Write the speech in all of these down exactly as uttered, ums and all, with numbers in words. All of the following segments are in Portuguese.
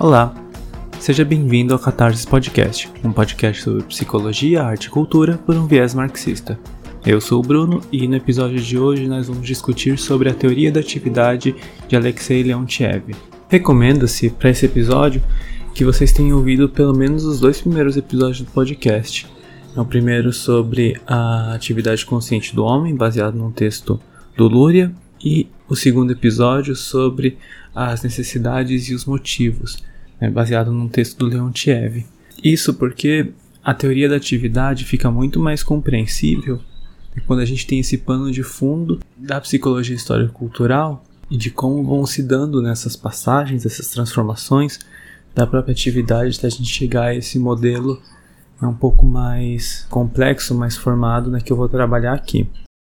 Olá, seja bem-vindo ao Catarsis Podcast, um podcast sobre psicologia, arte e cultura por um viés marxista. Eu sou o Bruno e no episódio de hoje nós vamos discutir sobre a teoria da atividade de Alexei Leontiev. Recomenda-se para esse episódio que vocês tenham ouvido pelo menos os dois primeiros episódios do podcast. É o primeiro sobre a atividade consciente do homem, baseado num texto do Luria, e o segundo episódio sobre as necessidades e os motivos, né, baseado num texto do Leontiev. Isso porque a teoria da atividade fica muito mais compreensível quando a gente tem esse pano de fundo da psicologia histórico-cultural e de como vão se dando nessas passagens, essas transformações da própria atividade, até a gente chegar a esse modelo é um pouco mais complexo, mais formado, né, que eu vou trabalhar aqui.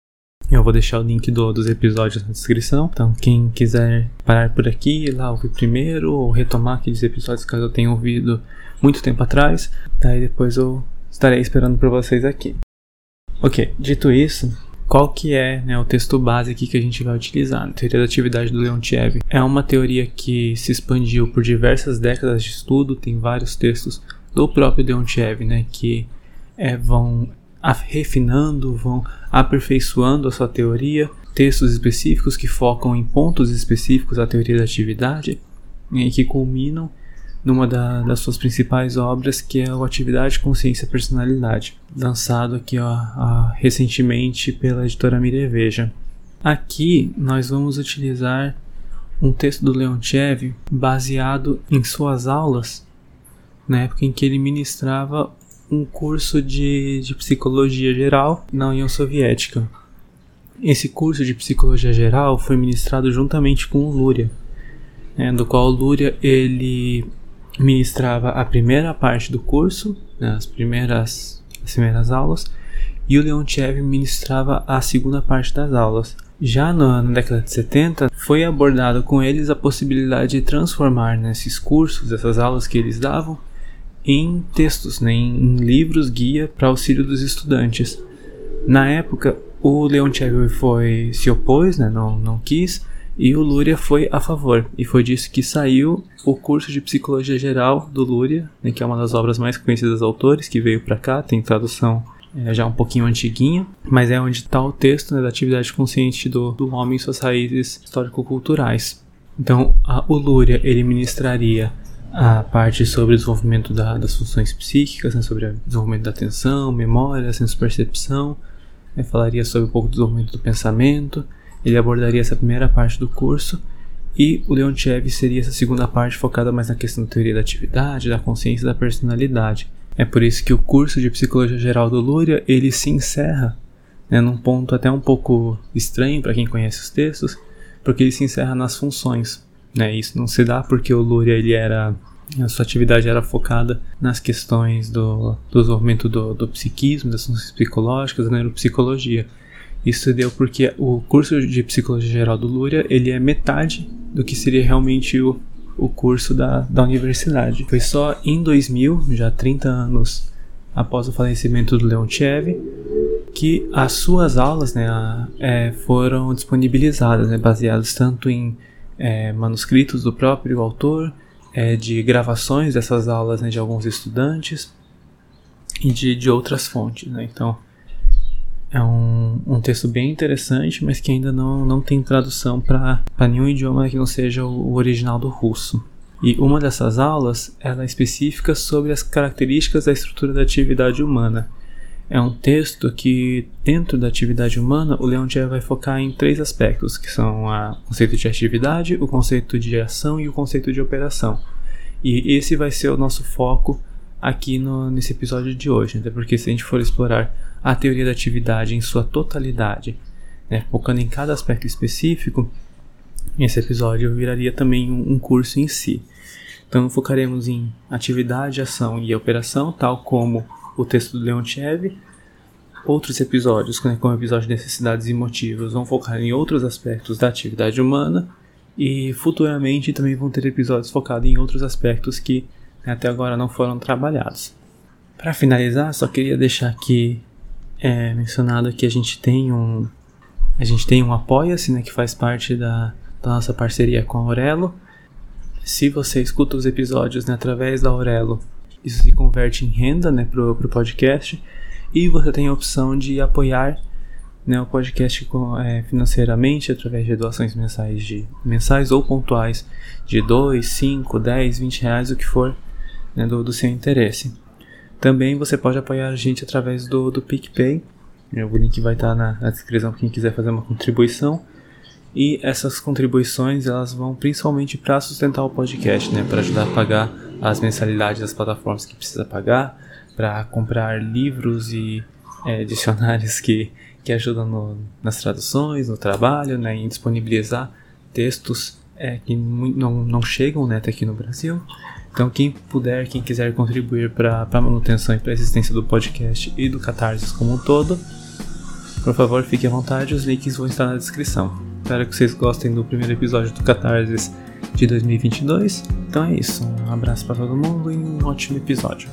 Eu vou deixar o link do, dos episódios na descrição, então quem quiser parar por aqui, ir lá ouvir primeiro, ou retomar aqueles episódios caso eu tenha ouvido muito tempo atrás, daí depois eu estarei esperando por vocês aqui. Ok, dito isso, qual que é, né, o texto base aqui que a gente vai utilizar? A teoria da atividade do Leontiev é uma teoria que se expandiu por diversas décadas de estudo, tem vários textos do próprio Leontiev, né, que é, vão refinando, vão aperfeiçoando a sua teoria, textos específicos que focam em pontos específicos da teoria da atividade e que culminam numa da, das suas principais obras, que é o Atividade, Consciência e Personalidade, lançado aqui ó, ó, recentemente pela editora Mireveja. Aqui nós vamos utilizar um texto do Leontiev baseado em suas aulas na época em que ele ministrava um curso de, de psicologia geral na União Soviética. Esse curso de psicologia geral foi ministrado juntamente com o Luria, né, do qual o Luria ele ministrava a primeira parte do curso, né, as, primeiras, as primeiras aulas, e o Leontiev ministrava a segunda parte das aulas. Já na, na década de setenta, foi abordado com eles a possibilidade de transformar nesses cursos, essas aulas que eles davam, em textos, né, em livros guia para auxílio dos estudantes. Na época, o Leontiev foi, se opôs, né, não, não quis, e o Luria foi a favor. E foi disso que saiu o curso de Psicologia Geral do Luria, né, que é uma das obras mais conhecidas dos autores, que veio para cá, tem tradução é, já um pouquinho antiguinha, mas é onde está o texto, né, da atividade consciente do, do homem e suas raízes histórico-culturais. Então, a, o Luria, ele ministraria a parte sobre o desenvolvimento da, das funções psíquicas, né, sobre o desenvolvimento da atenção, memória, senso-percepção, né, falaria sobre um pouco do desenvolvimento do pensamento, ele abordaria essa primeira parte do curso, e o Leontiev seria essa segunda parte focada mais na questão da teoria da atividade, da consciência e da personalidade. É por isso que o curso de Psicologia Geral do Luria, ele se encerra, né, num ponto até um pouco estranho para quem conhece os textos, porque ele se encerra nas funções. Né, isso não se dá porque o Luria, ele era, a sua atividade era focada nas questões do, do desenvolvimento do, do psiquismo, das funções psicológicas, da neuropsicologia. Isso se deu porque o curso de Psicologia Geral do Luria, ele é metade do que seria realmente o, o curso da, da universidade. Foi só em dois mil, já trinta anos após o falecimento do Leontiev, que as suas aulas, né, a, é, foram disponibilizadas, né, baseadas tanto em É, manuscritos do próprio autor, é, de gravações dessas aulas, né, de alguns estudantes e de, de outras fontes, né? Então é um, um texto bem interessante, mas que ainda não, não tem tradução para nenhum idioma que não seja o, o original do russo. E uma dessas aulas ela é específica sobre as características da estrutura da atividade humana. É um texto que, dentro da atividade humana, o Leontiev vai focar em três aspectos, que são o conceito de atividade, o conceito de ação e o conceito de operação. E esse vai ser o nosso foco aqui no, nesse episódio de hoje, até porque se a gente for explorar a teoria da atividade em sua totalidade, né, focando em cada aspecto específico, esse episódio viraria também um, um curso em si. Então focaremos em atividade, ação e operação, tal como o texto do Leontiev. Outros episódios, como o episódio de necessidades e motivos, vão focar em outros aspectos da atividade humana, e futuramente também vão ter episódios focados em outros aspectos que, né, até agora não foram trabalhados. Para finalizar, só queria deixar aqui é, mencionado que a gente tem um a gente tem um Apoia-se, né, que faz parte da, da nossa parceria com a Aurelo. Se você escuta os episódios, né, através da Aurelo, isso se converte em renda, né, pro, pro podcast, e você tem a opção de apoiar, né, o podcast com, é, financeiramente através de doações mensais, de, mensais ou pontuais de dois, cinco, dez, vinte reais, o que for, né, do, do seu interesse. Também você pode apoiar a gente através do, do PicPay. O link vai estar na, na descrição para quem quiser fazer uma contribuição. E essas contribuições elas vão principalmente para sustentar o podcast, né, para ajudar a pagar as mensalidades das plataformas que precisa pagar, para comprar livros e é, dicionários que, que ajudam no, nas traduções, no trabalho, né, em disponibilizar textos é, que não, não chegam, né, até aqui no Brasil. Então quem puder, quem quiser contribuir para a manutenção e para a existência do podcast e do Catarse como um todo, por favor fique à vontade, os links vão estar na descrição. Espero que vocês gostem do primeiro episódio do Catarse de dois mil e vinte e dois. Então é isso, um abraço para todo mundo e um ótimo episódio.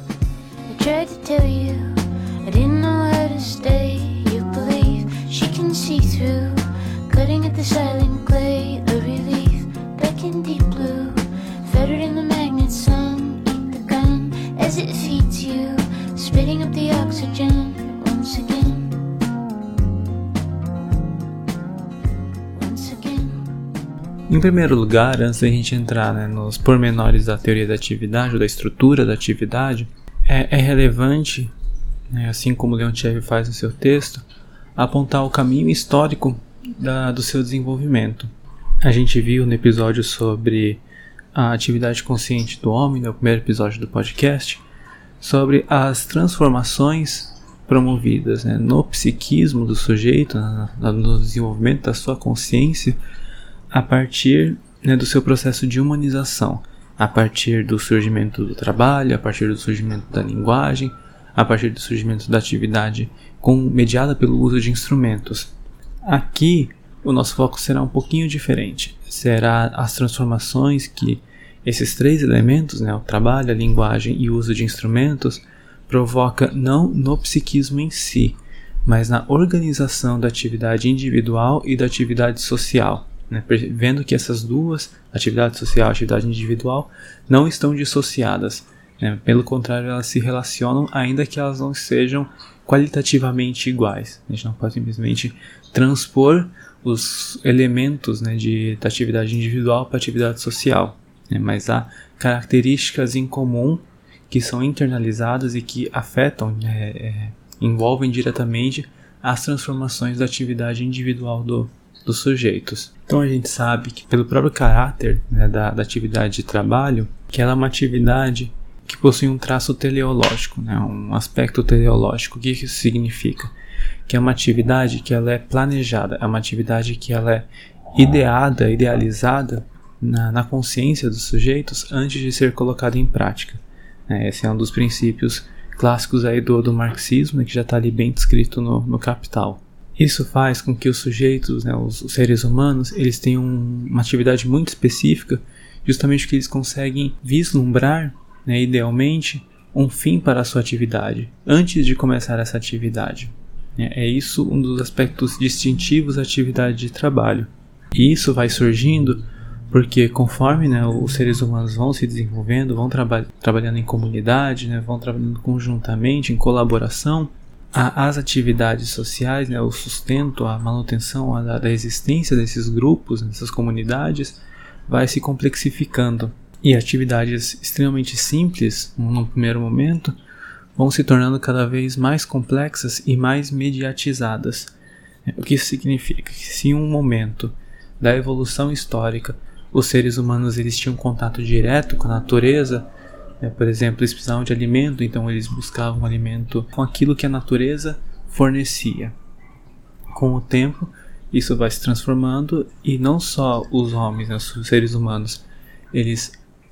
Em primeiro lugar, antes da gente entrar, né, nos pormenores da teoria da atividade ou da estrutura da atividade, é, é relevante, né, assim como Leontiev faz no seu texto, apontar o caminho histórico da, do seu desenvolvimento. A gente viu no episódio sobre a atividade consciente do homem, no primeiro episódio do podcast, sobre as transformações promovidas, né, no psiquismo do sujeito, na, no desenvolvimento da sua consciência, a partir, né, do seu processo de humanização, a partir do surgimento do trabalho, a partir do surgimento da linguagem, a partir do surgimento da atividade com, mediada pelo uso de instrumentos. Aqui, o nosso foco será um pouquinho diferente. Será as transformações que esses três elementos, né, o trabalho, a linguagem e o uso de instrumentos, provoca não no psiquismo em si, mas na organização da atividade individual e da atividade social. Né, vendo que essas duas, atividade social e atividade individual, não estão dissociadas, né, pelo contrário, elas se relacionam, ainda que elas não sejam qualitativamente iguais. A gente não pode simplesmente transpor os elementos, né, de, da atividade individual para a atividade social, né, mas há características em comum que são internalizadas e que afetam, né, é, envolvem diretamente as transformações da atividade individual do dos sujeitos. Então a gente sabe que pelo próprio caráter, né, da, da atividade de trabalho, que ela é uma atividade que possui um traço teleológico, né, um aspecto teleológico. O que isso significa? Que é uma atividade que ela é planejada, é uma atividade que ela é ideada, idealizada na, na consciência dos sujeitos antes de ser colocada em prática. É, esse é um dos princípios clássicos aí do, do marxismo, né, que já está ali bem descrito no, no Capital. Isso faz com que os sujeitos, né, os, os seres humanos, eles tenham uma atividade muito específica, justamente porque eles conseguem vislumbrar, né, idealmente, um fim para a sua atividade, antes de começar essa atividade. É, é isso um dos aspectos distintivos da atividade de trabalho. E isso vai surgindo porque conforme, né, os seres humanos vão se desenvolvendo, vão traba- trabalhando em comunidade, né, vão trabalhando conjuntamente, em colaboração, as atividades sociais, né, o sustento, a manutenção a, da existência desses grupos, dessas comunidades, vai se complexificando. E atividades extremamente simples, num primeiro momento, vão se tornando cada vez mais complexas e mais mediatizadas. O que isso significa? Que se em um momento da evolução histórica os seres humanos eles tinham contato direto com a natureza, É, por exemplo, eles precisavam de alimento, então eles buscavam alimento com aquilo que a natureza fornecia. Com o tempo, isso vai se transformando e não só os homens, né, os seres humanos, eles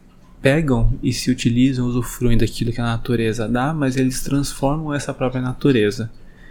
pegam e se utilizam, usufruem daquilo que a natureza dá, mas eles transformam essa própria natureza.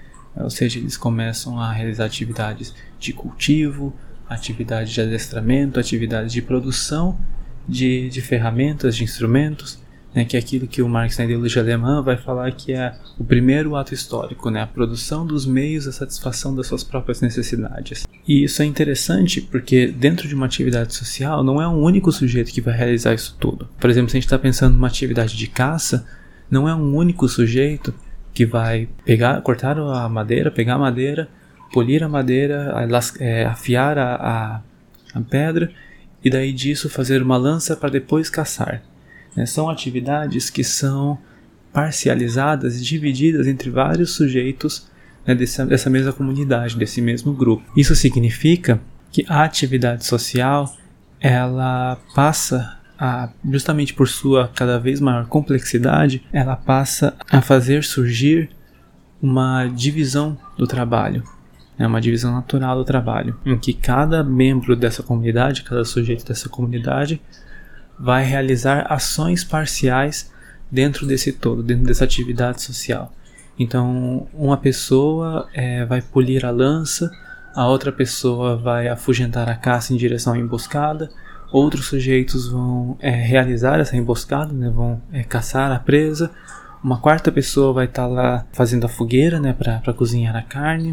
Ou seja, eles começam a realizar atividades de cultivo, atividades de adestramento, atividades de produção de, de ferramentas, de instrumentos, né, que é aquilo que o Marx na ideologia alemã vai falar que é o primeiro ato histórico, né, a produção dos meios à satisfação das suas próprias necessidades. E isso é interessante porque dentro de uma atividade social não é um único sujeito que vai realizar isso tudo. Por exemplo, se a gente está pensando numa atividade de caça, não é um único sujeito que vai pegar, cortar a madeira, pegar a madeira, polir a madeira, é, afiar a, a, a pedra e daí disso fazer uma lança para depois caçar. É, são atividades que são parcializadas, divididas entre vários sujeitos, né, dessa, dessa mesma comunidade, desse mesmo grupo. Isso significa que a atividade social ela passa a, justamente por sua cada vez maior complexidade, ela passa a fazer surgir uma divisão do trabalho. É uma divisão natural do trabalho, em que cada membro dessa comunidade, cada sujeito dessa comunidade, vai realizar ações parciais dentro desse todo, dentro dessa atividade social. Então, uma pessoa é, vai polir a lança, a outra pessoa vai afugentar a caça em direção à emboscada, outros sujeitos vão é, realizar essa emboscada, né, vão é, caçar a presa, uma quarta pessoa vai estar tá lá fazendo a fogueira, né, para cozinhar a carne.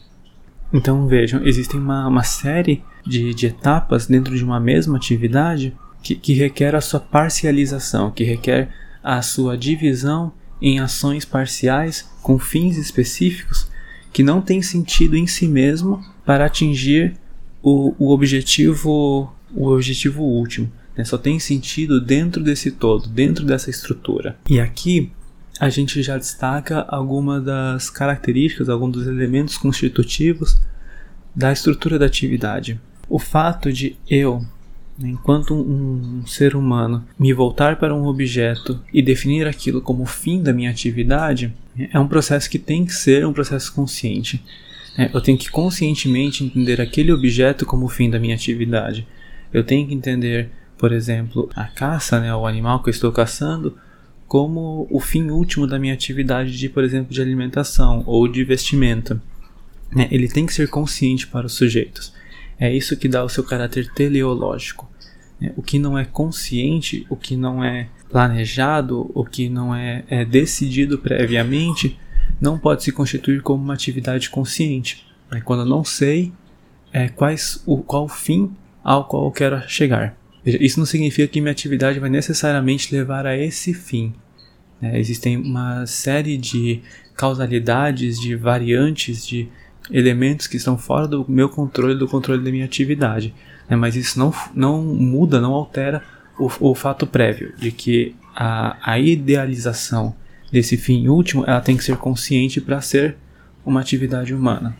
Então vejam, existem uma, uma série de, de etapas dentro de uma mesma atividade que, que requer a sua parcialização, que requer a sua divisão em ações parciais com fins específicos que não têm sentido em si mesmo para atingir o, o, objetivo, o objetivo último, né? Só tem sentido dentro desse todo, dentro dessa estrutura. E aqui a gente já destaca algumas das características, alguns dos elementos constitutivos da estrutura da atividade. O fato de eu, enquanto um, um ser humano, me voltar para um objeto e definir aquilo como o fim da minha atividade, é um processo que tem que ser um processo consciente. Eu tenho que conscientemente entender aquele objeto como o fim da minha atividade. Eu tenho que entender, por exemplo, a caça, né, o animal que eu estou caçando, como o fim último da minha atividade de, por exemplo, de alimentação ou de vestimenta. Ele tem que ser consciente para os sujeitos. É isso que dá o seu caráter teleológico. O que não é consciente, o que não é planejado, o que não é, é decidido previamente, não pode se constituir como uma atividade consciente. Quando eu não sei é, quais, o, qual o fim ao qual eu quero chegar. Isso não significa que minha atividade vai necessariamente levar a esse fim. É, existem uma série de causalidades, de variantes, de elementos que estão fora do meu controle, do controle da minha atividade. É, mas isso não, não muda, não altera o, o fato prévio de que a, a idealização desse fim último ela tem que ser consciente para ser uma atividade humana.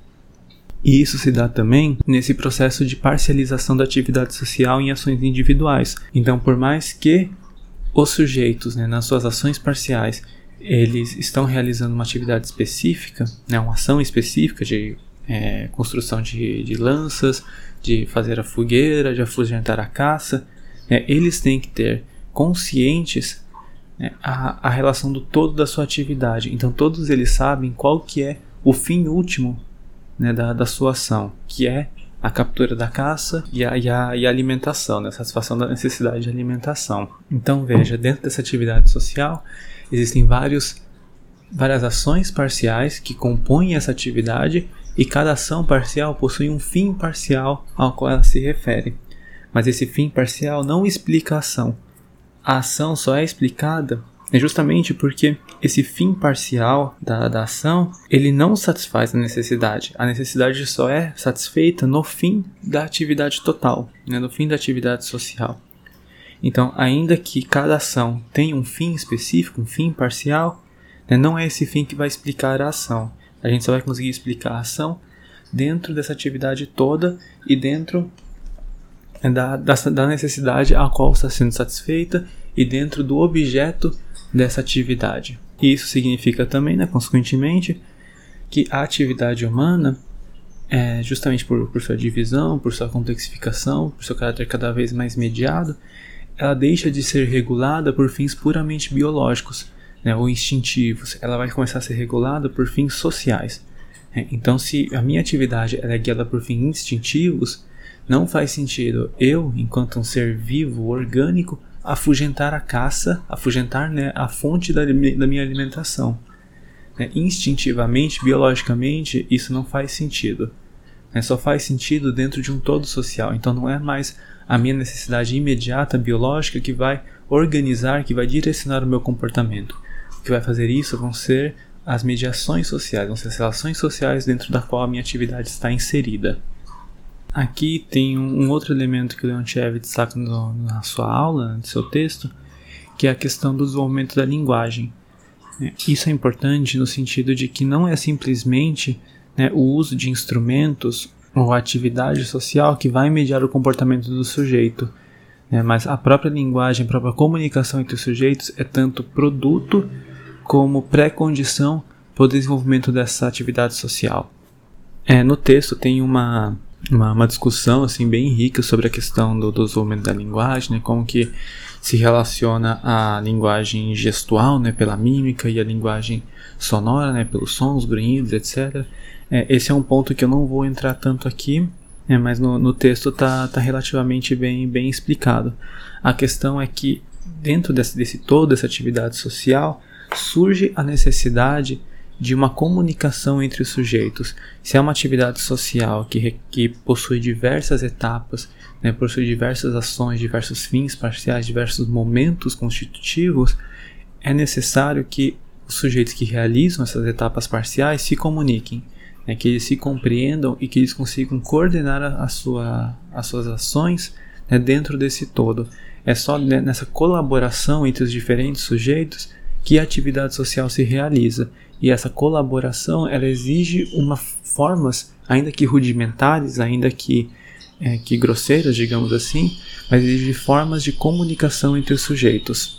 E isso se dá também nesse processo de parcialização da atividade social em ações individuais. Então, por mais que os sujeitos, né, nas suas ações parciais, eles estão realizando uma atividade específica, né, uma ação específica de é, construção de, de lanças, de fazer a fogueira, de afugentar a caça, né, eles têm que ter conscientes né, a, a relação do todo da sua atividade. Então, todos eles sabem qual que é o fim último né, da, da sua ação, que é a captura da caça e a, e a, e a alimentação, né, a satisfação da necessidade de alimentação. Então veja, dentro dessa atividade social existem vários, várias ações parciais que compõem essa atividade e cada ação parcial possui um fim parcial ao qual ela se refere. Mas esse fim parcial não explica a ação. A ação só é explicada é justamente porque esse fim parcial da, da ação, ele não satisfaz a necessidade. A necessidade só é satisfeita no fim da atividade total, né, no fim da atividade social. Então, ainda que cada ação tenha um fim específico, um fim parcial, né, não é esse fim que vai explicar a ação. A gente só vai conseguir explicar a ação dentro dessa atividade toda e dentro da, da, da necessidade a qual está sendo satisfeita e dentro do objeto dessa atividade. E isso significa também, né, consequentemente, que a atividade humana, é, justamente por, por sua divisão, por sua complexificação, por seu caráter cada vez mais mediado, ela deixa de ser regulada por fins puramente biológicos, né, ou instintivos. Ela vai começar a ser regulada por fins sociais. É, então, se a minha atividade ela é guiada por fins instintivos, não faz sentido eu, enquanto um ser vivo, orgânico, afugentar a caça, afugentar, né, a fonte da, da minha alimentação. É, instintivamente, biologicamente, isso não faz sentido. É, só faz sentido dentro de um todo social. Então não é mais a minha necessidade imediata biológica que vai organizar, que vai direcionar o meu comportamento. O que vai fazer isso vão ser as mediações sociais, vão ser as relações sociais dentro da qual a minha atividade está inserida. Aqui tem um, um outro elemento que o Leontiev destaca no, na sua aula, no seu texto, que é a questão do desenvolvimento da linguagem. Isso é importante no sentido de que não é simplesmente, né, o uso de instrumentos ou atividade social que vai mediar o comportamento do sujeito, né, mas a própria linguagem, a própria comunicação entre os sujeitos é tanto produto como pré-condição para o desenvolvimento dessa atividade social. É, no texto tem uma, uma, uma discussão assim, bem rica sobre a questão do, do desenvolvimento da linguagem, né, como que se relaciona a linguagem gestual, né, pela mímica, e a linguagem sonora, né, pelos sons, grunhidos, etcétera. É, esse é um ponto que eu não vou entrar tanto aqui, é, mas no, no texto está tá relativamente bem, bem explicado. A questão é que dentro desse, desse todo, dessa atividade social, surge a necessidade de uma comunicação entre os sujeitos. Se é uma atividade social que, que possui diversas etapas, né, possui diversas ações, diversos fins parciais, diversos momentos constitutivos, é necessário que os sujeitos que realizam essas etapas parciais se comuniquem, né, que eles se compreendam e que eles consigam coordenar a, a sua, as suas ações, né, dentro desse todo. É só nessa colaboração entre os diferentes sujeitos que a atividade social se realiza. E essa colaboração, ela exige uma formas, ainda que rudimentares, ainda que, é, que grosseiras, digamos assim, mas exige formas de comunicação entre os sujeitos.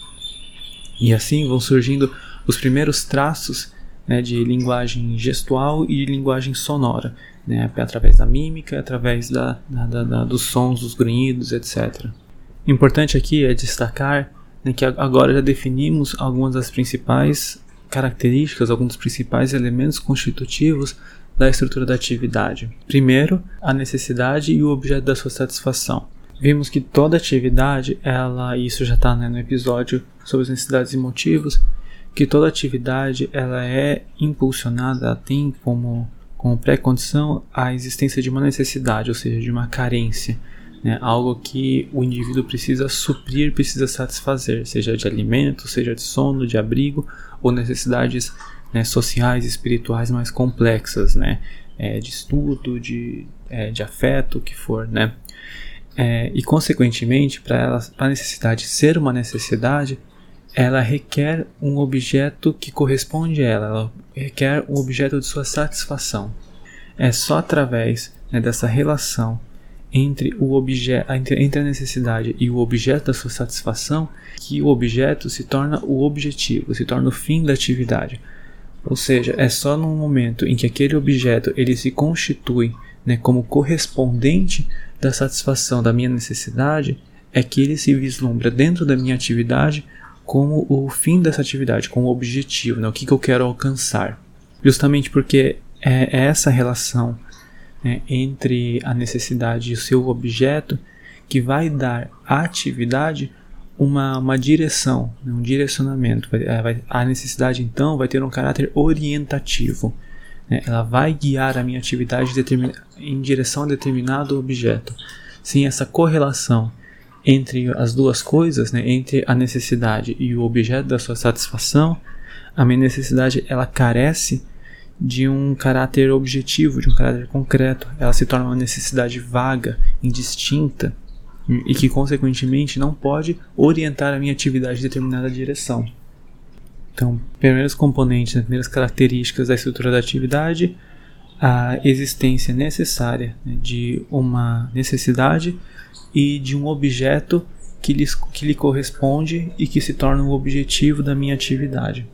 E assim vão surgindo os primeiros traços, né, de linguagem gestual e linguagem sonora, né, através da mímica, através da, da, da, dos sons, dos grunhidos, etcétera. Importante aqui é destacar, né, que agora já definimos algumas das principais características, alguns dos principais elementos constitutivos da estrutura da atividade. Primeiro, a necessidade e o objeto da sua satisfação. Vimos que toda atividade, ela, isso já está, né, no episódio sobre as necessidades e motivos, que toda atividade ela é impulsionada, ela tem como, como pré-condição a existência de uma necessidade, ou seja, de uma carência, né, algo que o indivíduo precisa suprir, precisa satisfazer, seja de alimento, seja de sono, de abrigo, ou necessidades, né, sociais e espirituais mais complexas, né, é, de estudo, de, é, de afeto, o que for, né. É, e consequentemente, para a necessidade ser uma necessidade, ela requer um objeto que corresponde a ela, ela requer um objeto de sua satisfação. É só através, né, dessa relação entre, o objeto, entre a necessidade e o objeto da sua satisfação que o objeto se torna o objetivo, se torna o fim da atividade. Ou seja, é só no momento em que aquele objeto ele se constitui, né, como correspondente da satisfação da minha necessidade, é que ele se vislumbra dentro da minha atividade como o fim dessa atividade, como o objetivo, né, o que, que eu quero alcançar. Justamente porque é essa relação, né, entre a necessidade e o seu objeto que vai dar à atividade uma, uma direção, né, um direcionamento. Vai, vai, a necessidade, então, vai ter um caráter orientativo. Né, ela vai guiar a minha atividade em direção a determinado objeto. Sem essa correlação entre as duas coisas, né, entre a necessidade e o objeto da sua satisfação, a minha necessidade ela carece de um caráter objetivo, de um caráter concreto. Ela se torna uma necessidade vaga, indistinta, e que consequentemente não pode orientar a minha atividade em determinada direção. Então, primeiros componentes, né, primeiras características da estrutura da atividade: a existência necessária, né, de uma necessidade e de um objeto que, lhes, que lhe corresponde e que se torna o objetivo da minha atividade.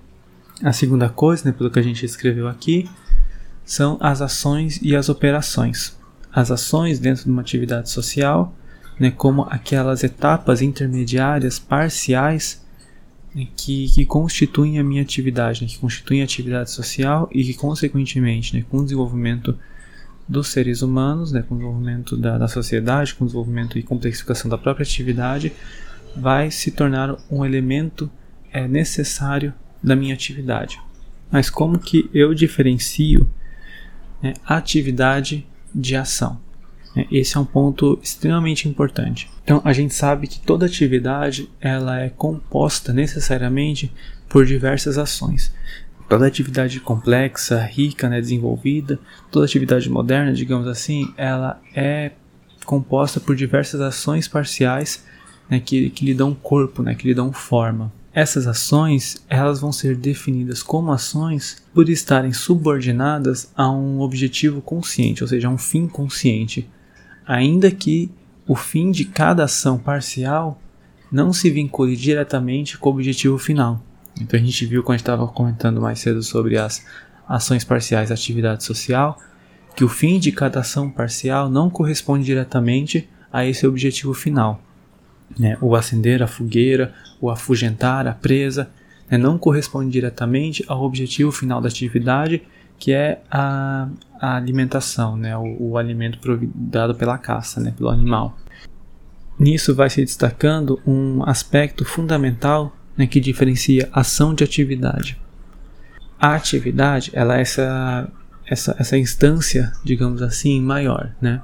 A segunda coisa, né, pelo que a gente escreveu aqui, são as ações e as operações. As ações dentro de uma atividade social, né, como aquelas etapas intermediárias, parciais, né, que, que constituem a minha atividade, né, que constituem a atividade social e que, consequentemente, né, com o desenvolvimento dos seres humanos, né, com o desenvolvimento da, da sociedade, com o desenvolvimento e complexificação da própria atividade, vai se tornar um elemento é, necessário da minha atividade. Mas como que eu diferencio, né, atividade de ação? Esse é um ponto extremamente importante. Então, a gente sabe que toda atividade ela é composta necessariamente por diversas ações. Toda atividade complexa, rica, né, desenvolvida, toda atividade moderna, digamos assim, ela é composta por diversas ações parciais, né, que, que lhe dão corpo, né, que lhe dão forma. Essas ações elas vão ser definidas como ações por estarem subordinadas a um objetivo consciente, ou seja, a um fim consciente, ainda que o fim de cada ação parcial não se vincule diretamente com o objetivo final. Então a gente viu quando a gente estava comentando mais cedo sobre as ações parciais da atividade social, que o fim de cada ação parcial não corresponde diretamente a esse objetivo final. Né? O acender a fogueira, o afugentar a presa, né? Não corresponde diretamente ao objetivo final da atividade, que é a, a alimentação, né? o, o alimento dado pela caça, né? Pelo animal. Nisso vai se destacando um aspecto fundamental, né, que diferencia ação de atividade. A atividade ela é essa, essa, essa instância, digamos assim, maior, né,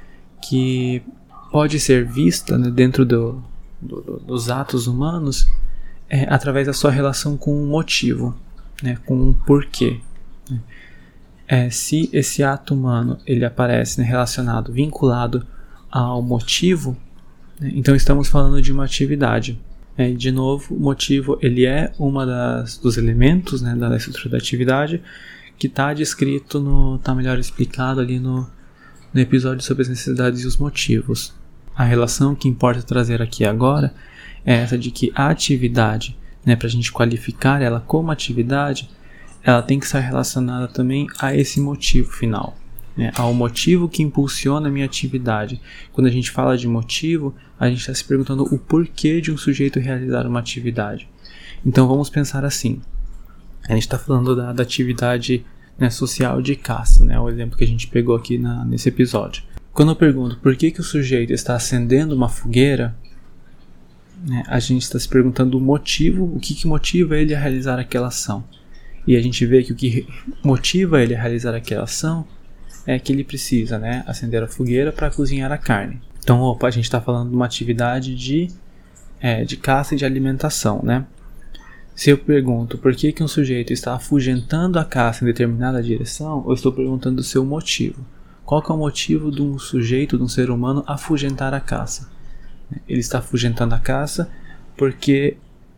que pode ser vista, né, dentro do, do, do, dos atos humanos é, através da sua relação com o motivo, né, com o porquê. Né. É, se esse ato humano ele aparece, né, relacionado, vinculado ao motivo, né, então estamos falando de uma atividade. É, de novo, o motivo ele é uma das, dos elementos, né, da estrutura da atividade que está descrito, está melhor explicado ali no, no episódio sobre as necessidades e os motivos. A relação que importa trazer aqui agora é essa de que a atividade, né, para a gente qualificar ela como atividade, ela tem que estar relacionada também a esse motivo final. Né, ao motivo que impulsiona a minha atividade. Quando a gente fala de motivo, a gente está se perguntando o porquê de um sujeito realizar uma atividade. Então vamos pensar assim, a gente está falando da, da atividade, né, social de caça, né, o exemplo que a gente pegou aqui na, nesse episódio. Quando eu pergunto por que, que o sujeito está acendendo uma fogueira, né, a gente está se perguntando o motivo, o que, que motiva ele a realizar aquela ação. E a gente vê que o que motiva ele a realizar aquela ação é que ele precisa, né, acender a fogueira para cozinhar a carne. Então, opa, a gente está falando de uma atividade de, é, de caça e de alimentação, né? Se eu pergunto por que, que um sujeito está afugentando a caça em determinada direção, eu estou perguntando o seu motivo. Qual que é o motivo de um sujeito, de um ser humano, afugentar a caça? Ele está afugentando a caça porque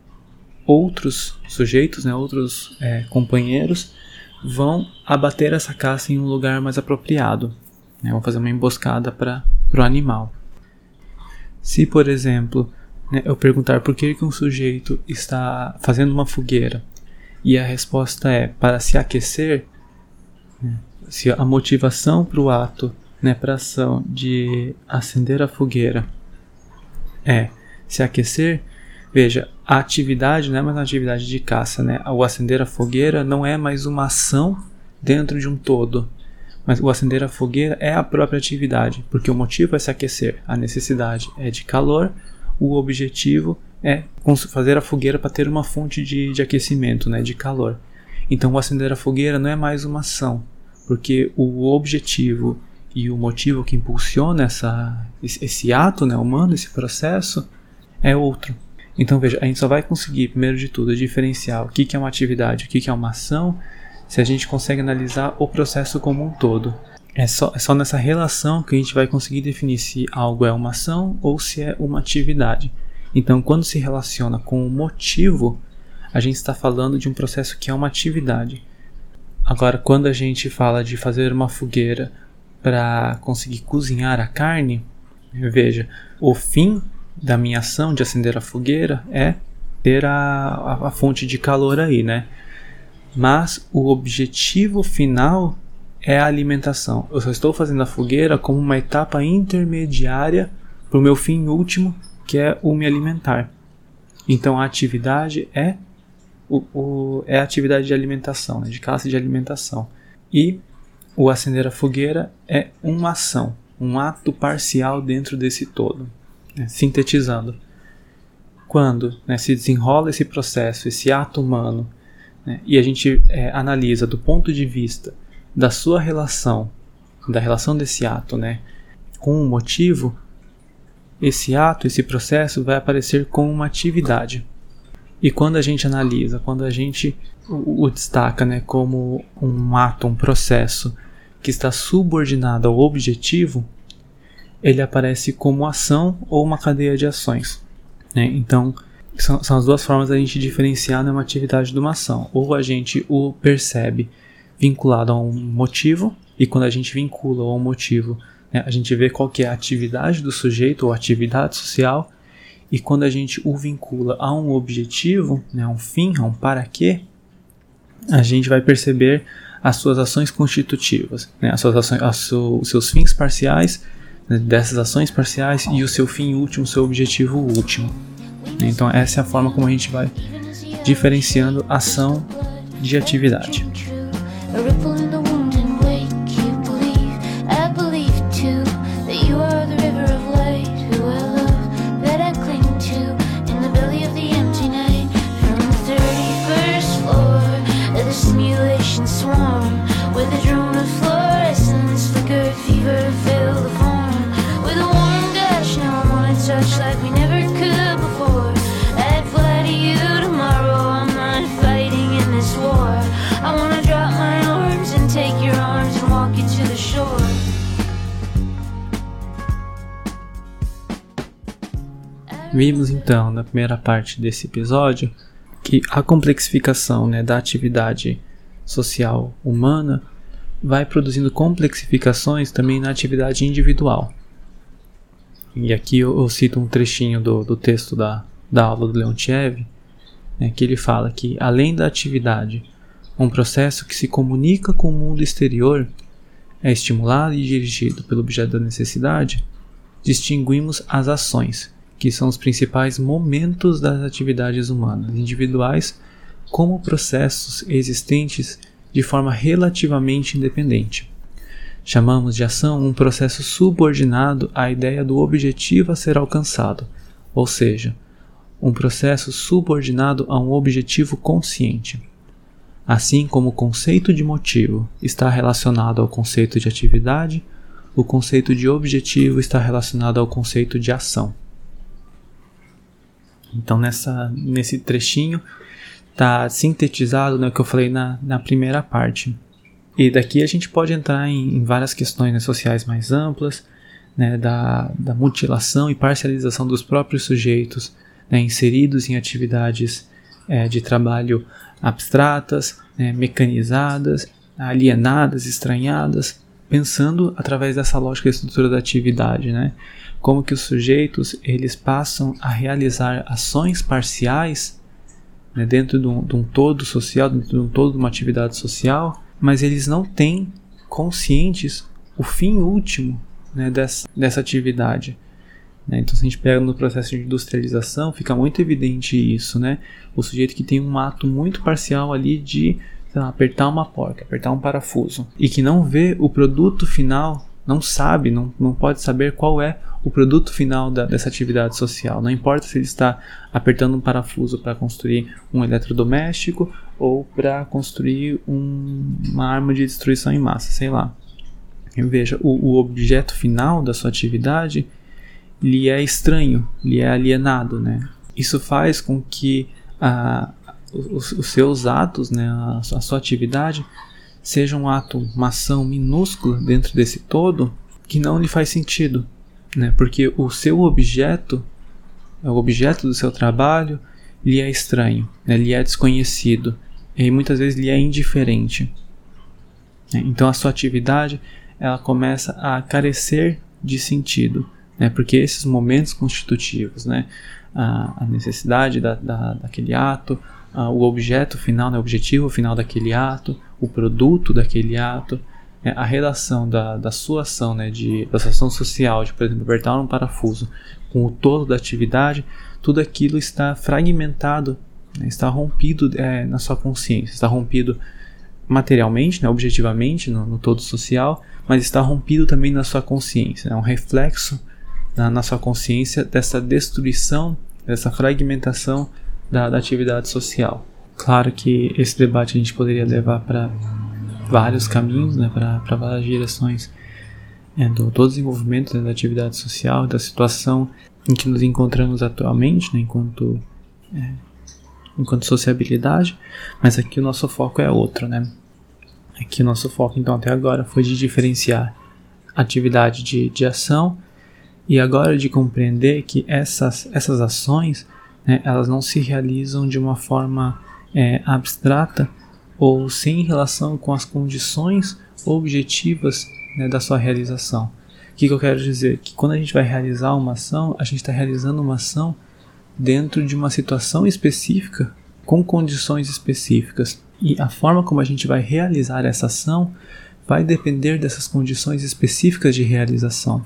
outros sujeitos, né, outros é, companheiros, vão abater essa caça em um lugar mais apropriado, né? Vão fazer uma emboscada para o animal. Se, por exemplo, né, eu perguntar por que, que um sujeito está fazendo uma fogueira e a resposta é para se aquecer, né? Se a motivação para o ato, né, para a ação de acender a fogueira é se aquecer, veja, a atividade não é mais uma atividade de caça, né? O acender a fogueira não é mais uma ação dentro de um todo, mas o acender a fogueira é a própria atividade, porque o motivo é se aquecer, a necessidade é de calor, o objetivo é fazer a fogueira para ter uma fonte de, de aquecimento, né, de calor. Então o acender a fogueira não é mais uma ação, porque o objetivo e o motivo que impulsiona essa, esse, esse ato, né, humano, esse processo, é outro. Então veja, a gente só vai conseguir, primeiro de tudo, diferenciar o que, que é uma atividade, o que, que é uma ação, se a gente consegue analisar o processo como um todo. É só, é só nessa relação que a gente vai conseguir definir se algo é uma ação ou se é uma atividade. Então, quando se relaciona com o motivo, a gente está falando de um processo que é uma atividade. Agora, quando a gente fala de fazer uma fogueira para conseguir cozinhar a carne, veja, o fim da minha ação de acender a fogueira é ter a, a, a fonte de calor aí, né? Mas o objetivo final é a alimentação. Eu só estou fazendo a fogueira como uma etapa intermediária para o meu fim último, que é o me alimentar. Então a atividade é, o, o, é a atividade de alimentação, né? De caça e de alimentação. E o acender a fogueira é uma ação, um ato parcial dentro desse todo. Sintetizando, quando, né, se desenrola esse processo, esse ato humano, né, e a gente é, analisa do ponto de vista da sua relação, da relação desse ato, né, com o motivo, esse ato, esse processo vai aparecer como uma atividade. E quando a gente analisa, quando a gente o, o destaca, né, como um ato, um processo que está subordinado ao objetivo, ele aparece como ação ou uma cadeia de ações, né? Então, são, são as duas formas da gente diferenciar, né, uma atividade de uma ação. Ou a gente o percebe vinculado a um motivo, e quando a gente vincula ao motivo, né, a gente vê qual que é a atividade do sujeito ou atividade social, e quando a gente o vincula a um objetivo, né, a um fim, a um para quê, a gente vai perceber as suas ações constitutivas, né, as suas ações, as su, os seus fins parciais, né, dessas ações parciais, e o seu fim último, o seu objetivo último. Então essa é a forma como a gente vai diferenciando ação de atividade. Vimos então na primeira parte desse episódio que a complexificação, né, da atividade social humana vai produzindo complexificações também na atividade individual. E aqui eu, eu cito um trechinho do, do texto da, da aula do Leontiev, né, que ele fala que, além da atividade, um processo que se comunica com o mundo exterior é estimulado e dirigido pelo objeto da necessidade, distinguimos as ações, que são os principais momentos das atividades humanas individuais, como processos existentes de forma relativamente independente. Chamamos de ação um processo subordinado à ideia do objetivo a ser alcançado, ou seja, um processo subordinado a um objetivo consciente. Assim como o conceito de motivo está relacionado ao conceito de atividade, o conceito de objetivo está relacionado ao conceito de ação. Então, nessa, nesse trechinho está sintetizado, né, o que eu falei na, na primeira parte. E daqui a gente pode entrar em, em várias questões, né, sociais mais amplas, né, da, da mutilação e parcialização dos próprios sujeitos, né, inseridos em atividades é, de trabalho abstratas, né, mecanizadas, alienadas, estranhadas, pensando através dessa lógica e estrutura da atividade, né? Como que os sujeitos eles passam a realizar ações parciais, né, dentro de um, de um todo social, dentro de um todo de uma atividade social, mas eles não têm conscientes o fim último, né, dessa, dessa atividade. Né? Então, se a gente pega no processo de industrialização, fica muito evidente isso, né? O sujeito que tem um ato muito parcial ali de, sei lá, apertar uma porca, apertar um parafuso, e que não vê o produto final, não sabe, não, não pode saber qual é o produto final da, dessa atividade social. Não importa se ele está apertando um parafuso para construir um eletrodoméstico ou para construir um, uma arma de destruição em massa, sei lá. Veja, o, o objeto final da sua atividade lhe é estranho, lhe é alienado, né? Isso faz com que a, os, os seus atos, né, a, a sua atividade, seja um ato, uma ação minúscula dentro desse todo que não lhe faz sentido, né? Porque o seu objeto, o objeto do seu trabalho, lhe é estranho, né? Lhe é desconhecido e muitas vezes lhe é indiferente. Então a sua atividade ela começa a carecer de sentido, né? Porque esses momentos constitutivos, né? a, a necessidade da, da, daquele ato, a, o objeto final, né? O objetivo final daquele ato, o produto daquele ato, né? A relação da, da sua ação, né? de, da sua ação social, de, por exemplo, apertar um parafuso com o todo da atividade, tudo aquilo está fragmentado, né? Está rompido é, na sua consciência, está rompido materialmente, né? Objetivamente, no, no todo social, mas está rompido também na sua consciência, é né? um reflexo na, na sua consciência dessa destruição dessa fragmentação da, da atividade social. Claro que esse debate a gente poderia levar para vários caminhos, né, para várias direções é, do, do desenvolvimento, né, da atividade social, da situação em que nos encontramos atualmente, né, enquanto, é, enquanto sociabilidade, mas aqui o nosso foco é outro, né? Aqui o nosso foco, então, até agora foi de diferenciar atividade de, de ação e agora de compreender que essas, essas ações, né, elas não se realizam de uma forma é, abstrata ou sem relação com as condições objetivas, né, da sua realização. O que, que eu quero dizer? Que quando a gente vai realizar uma ação, a gente está realizando uma ação dentro de uma situação específica, com condições específicas. E a forma como a gente vai realizar essa ação vai depender dessas condições específicas de realização.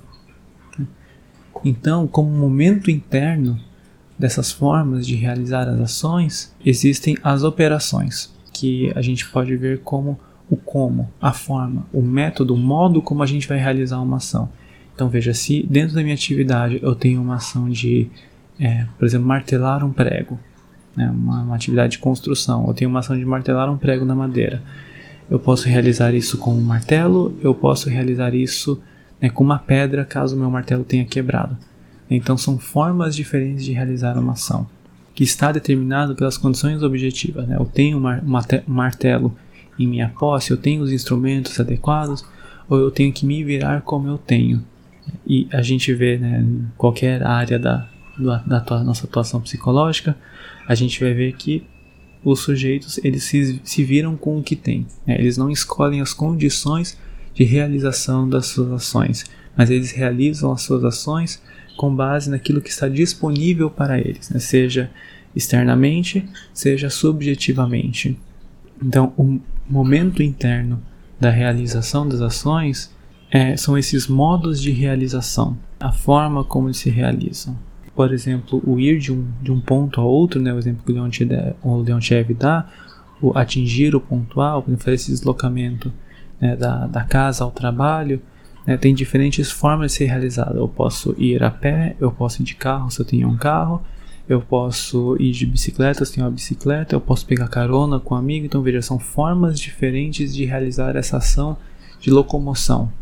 Então, como momento interno dessas formas de realizar as ações, existem as operações, que a gente pode ver como o como, a forma, o método, o modo como a gente vai realizar uma ação. Então veja, se dentro da minha atividade eu tenho uma ação de, é, por exemplo, martelar um prego, né, uma, uma atividade de construção, eu tenho uma ação de martelar um prego na madeira. Eu posso realizar isso com um martelo, eu posso realizar isso, né, com uma pedra, caso o meu martelo tenha quebrado. Então são formas diferentes de realizar uma ação, que está determinado pelas condições objetivas. Né? Eu tenho um martelo em minha posse, eu tenho os instrumentos adequados, ou eu tenho que me virar como eu tenho. E a gente vê, né, em qualquer área da, da, da nossa atuação psicológica, a gente vai ver que os sujeitos eles se, se viram com o que têm. Né? Eles não escolhem as condições de realização das suas ações, mas eles realizam as suas ações com base naquilo que está disponível para eles, né? Seja externamente, seja subjetivamente. Então, o momento interno da realização das ações é, são esses modos de realização, a forma como eles se realizam. Por exemplo, o ir de um, de um ponto a outro, né? O exemplo que o Leontiev dá, o atingir o ponto A, fazer esse deslocamento, né, da, da casa ao trabalho, né, tem diferentes formas de ser realizado. Eu posso ir a pé, eu posso ir de carro se eu tenho um carro, eu posso ir de bicicleta se eu tenho uma bicicleta, eu posso pegar carona com um amigo. Então veja, são formas diferentes de realizar essa ação de locomoção.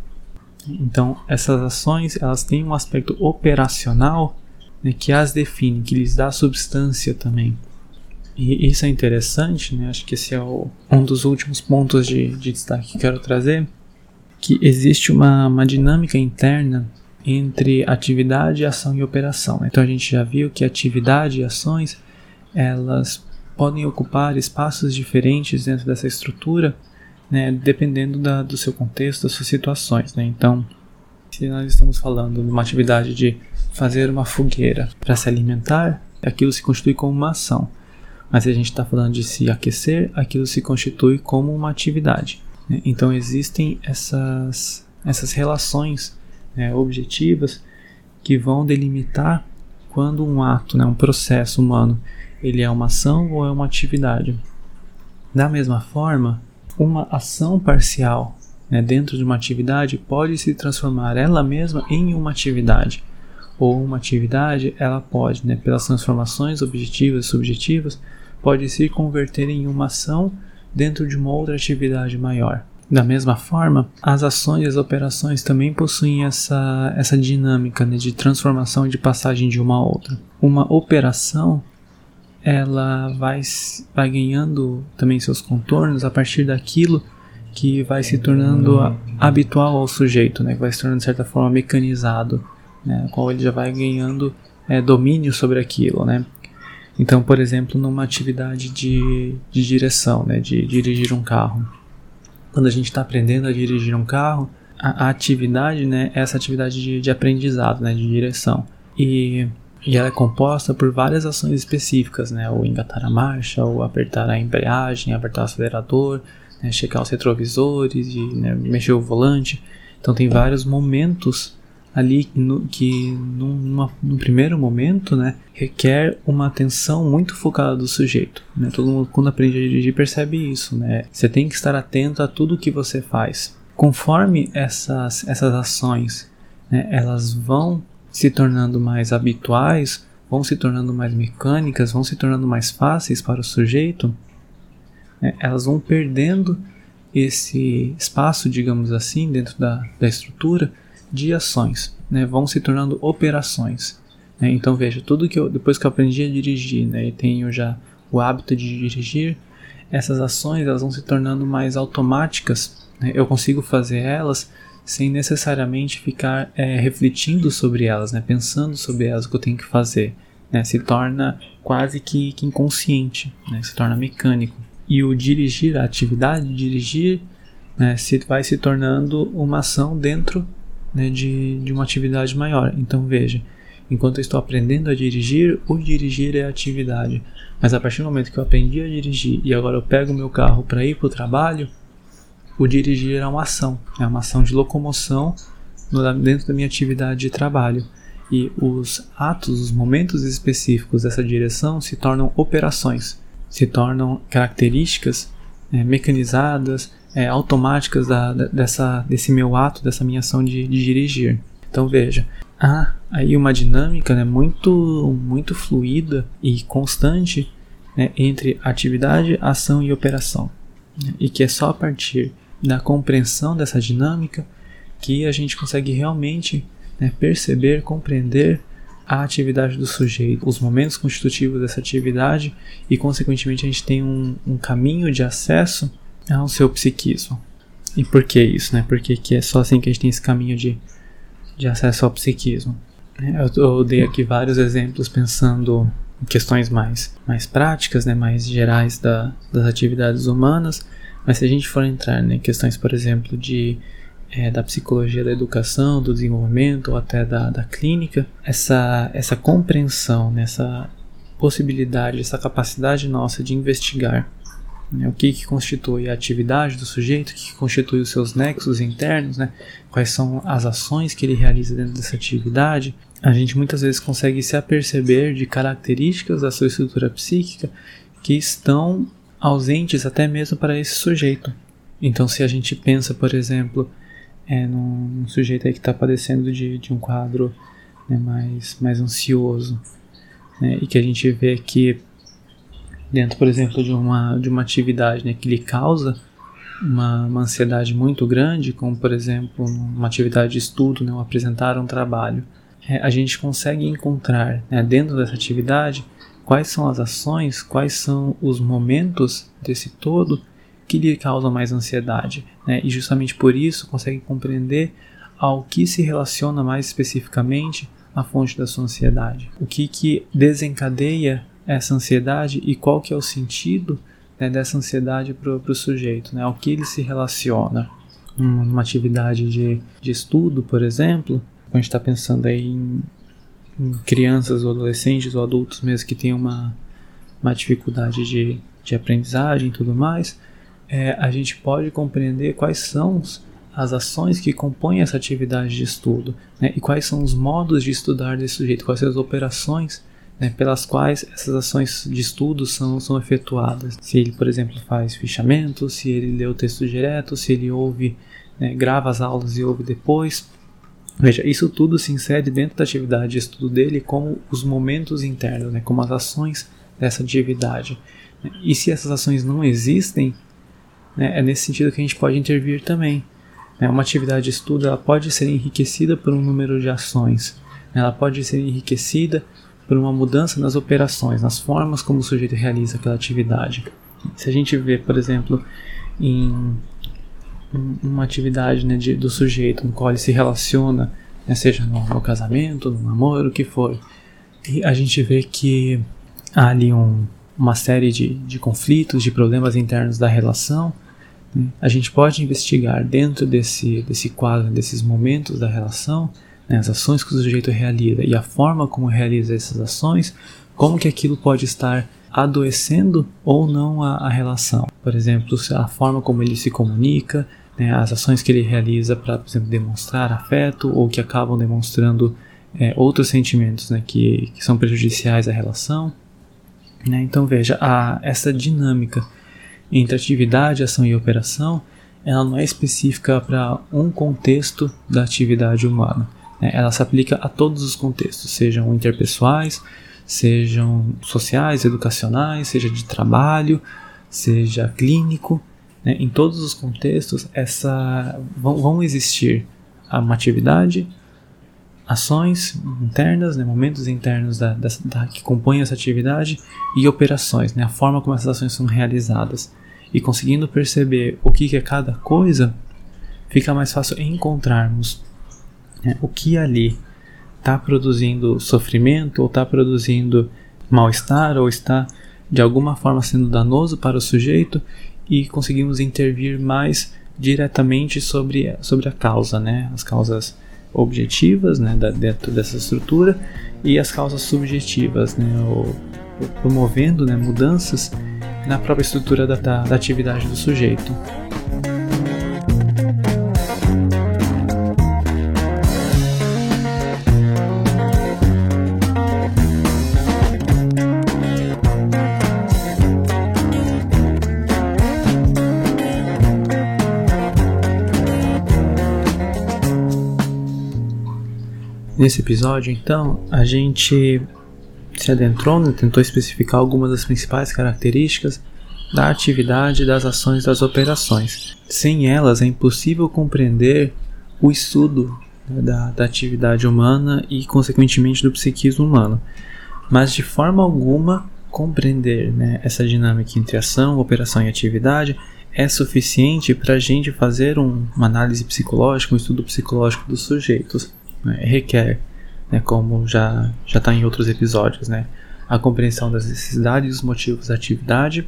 Então essas ações elas têm um aspecto operacional, né, que as define, que lhes dá substância também. E isso é interessante, né? Acho que esse é o, um dos últimos pontos de, de destaque que quero trazer, que existe uma, uma dinâmica interna entre atividade, ação e operação. Então a gente já viu que atividade e ações elas podem ocupar espaços diferentes dentro dessa estrutura, né, dependendo da, do seu contexto, das suas situações. Né? Então, se nós estamos falando de uma atividade de fazer uma fogueira para se alimentar, aquilo se constitui como uma ação. Mas se a gente está falando de se aquecer, aquilo se constitui como uma atividade. Né? Então existem essas, essas relações, né, objetivas que vão delimitar quando um ato, né, um processo humano, ele é uma ação ou é uma atividade. Da mesma forma, uma ação parcial, né, dentro de uma atividade pode se transformar ela mesma em uma atividade. Ou uma atividade, ela pode, né, pelas transformações objetivas e subjetivas, pode se converter em uma ação dentro de uma outra atividade maior. Da mesma forma, as ações e as operações também possuem essa, essa dinâmica, né, de transformação e de passagem de uma a outra. Uma operação, ela vai, vai ganhando também seus contornos a partir daquilo que vai se tornando habitual ao sujeito, né, que vai se tornando de certa forma mecanizado, né, a qual ele já vai ganhando é, domínio sobre aquilo, né. Então, por exemplo, numa atividade de, de direção, né, de dirigir um carro. Quando a gente está aprendendo a dirigir um carro, a, a atividade, né, é essa atividade de, de aprendizado, né, de direção. E, e ela é composta por várias ações específicas, né, ou engatar a marcha, ou apertar a embreagem, apertar o acelerador, né, checar os retrovisores, e, né, mexer o volante. Então tem vários momentos ali no, que numa, no primeiro momento, né, requer uma atenção muito focada do sujeito, né? Todo mundo, quando aprende a dirigir, percebe isso, né? Você tem que estar atento a tudo que você faz. Conforme essas, essas ações, né, elas vão se tornando mais habituais, vão se tornando mais mecânicas, vão se tornando mais fáceis para o sujeito, né, elas vão perdendo esse espaço, digamos assim, dentro da, da estrutura de ações, né, vão se tornando operações. Né. Então veja, tudo que eu, depois que eu aprendi a dirigir, né, e tenho já o hábito de dirigir, essas ações elas vão se tornando mais automáticas, né, eu consigo fazer elas sem necessariamente ficar é, refletindo sobre elas, né, pensando sobre elas, o que eu tenho que fazer. Né, se torna quase que, que inconsciente, né, se torna mecânico. E o dirigir, a atividade de dirigir, né, se, vai se tornando uma ação dentro, né, de, de uma atividade maior. Então veja, enquanto eu estou aprendendo a dirigir, o dirigir é a atividade. Mas a partir do momento que eu aprendi a dirigir e agora eu pego o meu carro para ir para o trabalho, o dirigir é uma ação, é uma ação de locomoção no, dentro da minha atividade de trabalho. E os atos, os momentos específicos dessa direção se tornam operações, se tornam características é, mecanizadas, é, automáticas da, da, dessa, desse meu ato, dessa minha ação de, de dirigir. Então veja, há aí uma dinâmica, né, muito, muito fluida e constante, né, entre atividade, ação e operação. Né, e que é só a partir da compreensão dessa dinâmica que a gente consegue realmente, né, perceber, compreender a atividade do sujeito, os momentos constitutivos dessa atividade e, consequentemente, a gente tem um, um caminho de acesso ao seu psiquismo. E por que isso? Né? Porque que é só assim que a gente tem esse caminho de, de acesso ao psiquismo. Eu, eu dei aqui vários exemplos pensando em questões mais, mais práticas, né, mais gerais da, das atividades humanas, mas se a gente for entrar em questões, por exemplo, de, é, da psicologia da educação, do desenvolvimento ou até da, da clínica, essa, essa compreensão, né, essa possibilidade, essa capacidade nossa de investigar, né, o que, que constitui a atividade do sujeito, o que, que constitui os seus nexos internos, né, quais são as ações que ele realiza dentro dessa atividade, a gente muitas vezes consegue se aperceber de características da sua estrutura psíquica que estão ausentes até mesmo para esse sujeito. Então, se a gente pensa, por exemplo, é, num, num sujeito aí que está padecendo de, de um quadro, né, mais, mais ansioso, né, e que a gente vê que dentro, por exemplo, de uma, de uma atividade, né, que lhe causa uma, uma ansiedade muito grande, como, por exemplo, uma atividade de estudo, né, ou apresentar um trabalho, é, a gente consegue encontrar, né, dentro dessa atividade quais são as ações, quais são os momentos desse todo que lhe causam mais ansiedade, né? E justamente por isso consegue compreender ao que se relaciona mais especificamente a fonte da sua ansiedade. O que, que desencadeia essa ansiedade e qual que é o sentido, né, dessa ansiedade para o sujeito, né? Ao que ele se relaciona. Numa atividade de, de estudo, por exemplo, quando a gente está pensando aí em crianças ou adolescentes ou adultos mesmo que têm uma, uma dificuldade de, de aprendizagem e tudo mais, é, a gente pode compreender quais são as ações que compõem essa atividade de estudo, né, e quais são os modos de estudar desse sujeito, quais são as operações, né, pelas quais essas ações de estudo são, são efetuadas. Se ele, por exemplo, faz fichamento, se ele lê o texto direto, se ele ouve, né, grava as aulas e ouve depois. Veja, isso tudo se insere dentro da atividade de estudo dele como os momentos internos, né, como as ações dessa atividade. E se essas ações não existem, né, é nesse sentido que a gente pode intervir também. Uma atividade de estudo ela pode ser enriquecida por um número de ações, ela pode ser enriquecida por uma mudança nas operações, nas formas como o sujeito realiza aquela atividade. Se a gente vê, por exemplo, em uma atividade, né, de, do sujeito no qual ele se relaciona, né, seja no, no casamento, no namoro, o que for, e a gente vê que há ali um, uma série de, de conflitos, de problemas internos da relação, né, a gente pode investigar dentro desse, desse quadro, desses momentos da relação, né, as ações que o sujeito realiza e a forma como realiza essas ações, como que aquilo pode estar adoecendo ou não a, a relação. Por exemplo, a forma como ele se comunica, né, as ações que ele realiza para, por exemplo, demonstrar afeto ou que acabam demonstrando é, outros sentimentos, né, que, que são prejudiciais à relação. Né? Então veja, a, essa dinâmica entre atividade, ação e operação, ela não é específica para um contexto da atividade humana. Né? Ela se aplica a todos os contextos, sejam interpessoais, sejam sociais, educacionais, seja de trabalho, seja clínico, né? Em todos os contextos essa, vão, vão existir uma atividade, ações internas, né? Momentos internos da, da, da, que compõem essa atividade e operações, né? A forma como essas ações são realizadas. E conseguindo perceber o que é cada coisa, fica mais fácil encontrarmos, né, o que ali está produzindo sofrimento, ou está produzindo mal-estar, ou está de alguma forma sendo danoso para o sujeito, e conseguimos intervir mais diretamente sobre, sobre a causa, né? As causas objetivas, né, da, dentro dessa estrutura, e as causas subjetivas, né, o, o promovendo, né, mudanças na própria estrutura da, da, da atividade do sujeito. Nesse episódio, então, a gente se adentrou, né, tentou especificar algumas das principais características da atividade, das ações, das operações. Sem elas, é impossível compreender o estudo, né, da, da atividade humana e, consequentemente, do psiquismo humano. Mas, de forma alguma, compreender, né, essa dinâmica entre ação, operação e atividade é suficiente para a gente fazer um, uma análise psicológica, um estudo psicológico dos sujeitos. Requer, né, como já já está em outros episódios, né, a compreensão das necessidades e dos motivos da atividade,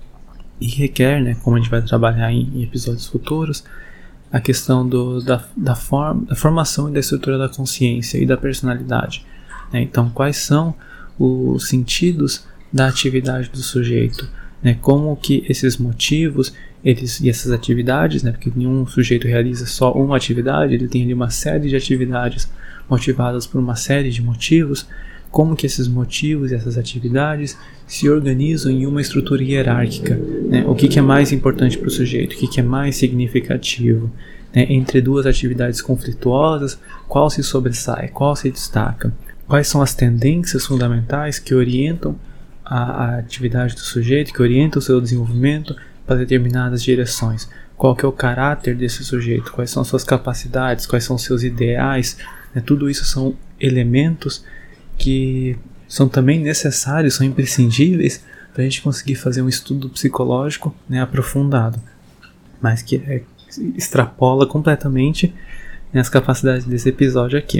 e requer, né, como a gente vai trabalhar em, em episódios futuros, a questão do, da, da, form, da formação e da estrutura da consciência e da personalidade, né. Então, quais são os sentidos da atividade do sujeito, né, como que esses motivos eles, e essas atividades, né, porque nenhum sujeito realiza só uma atividade, ele tem ali uma série de atividades motivadas por uma série de motivos, como que esses motivos e essas atividades se organizam em uma estrutura hierárquica, né, o que, que é mais importante para o sujeito, o que, que é mais significativo, né, entre duas atividades conflituosas, qual se sobressai, qual se destaca, quais são as tendências fundamentais que orientam a, a atividade do sujeito, que orientam o seu desenvolvimento para determinadas direções, qual que é o caráter desse sujeito, quais são suas capacidades, quais são seus ideais, né? Tudo isso são elementos que são também necessários, são imprescindíveis para a gente conseguir fazer um estudo psicológico, né, aprofundado, mas que é, extrapola completamente, né, as capacidades desse episódio aqui.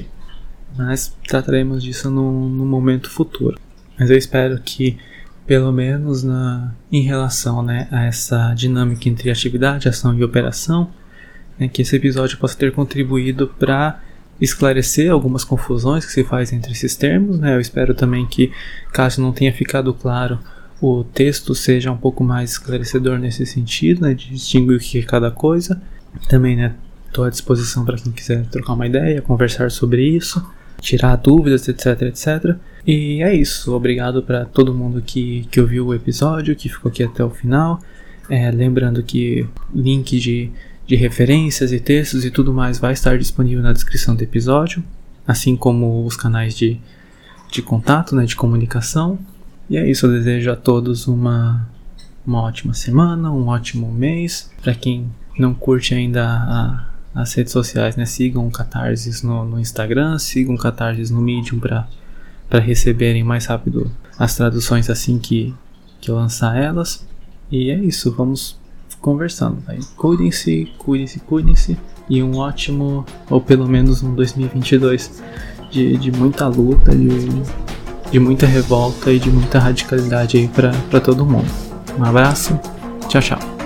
Mas trataremos disso no, no momento futuro. Mas eu espero que, pelo menos na, em relação, né, a essa dinâmica entre atividade, ação e operação, né, que esse episódio possa ter contribuído para esclarecer algumas confusões que se faz entre esses termos, né. Eu espero também que, caso não tenha ficado claro, o texto seja um pouco mais esclarecedor nesse sentido, né, de distinguir o que é cada coisa. Também, né, estou à disposição para quem quiser trocar uma ideia, conversar sobre isso, tirar dúvidas, etc, etcétera. E é isso, obrigado para todo mundo que, que ouviu o episódio, que ficou aqui até o final. É, lembrando que link de, de referências e textos e tudo mais vai estar disponível na descrição do episódio, assim como os canais de, de contato, né, de comunicação. E é isso, eu desejo a todos uma, uma ótima semana, um ótimo mês. Para quem não curte ainda a, as redes sociais, né, sigam o Catarse no, no Instagram, sigam o Catarse no Medium para para receberem mais rápido as traduções assim que, que eu lançar elas. E é isso, vamos conversando. Vai. Cuidem-se, cuidem-se, cuidem-se. E um ótimo, ou pelo menos um dois mil e vinte e dois de, de muita luta, de, de muita revolta e de muita radicalidade aí para todo mundo. Um abraço, tchau, tchau.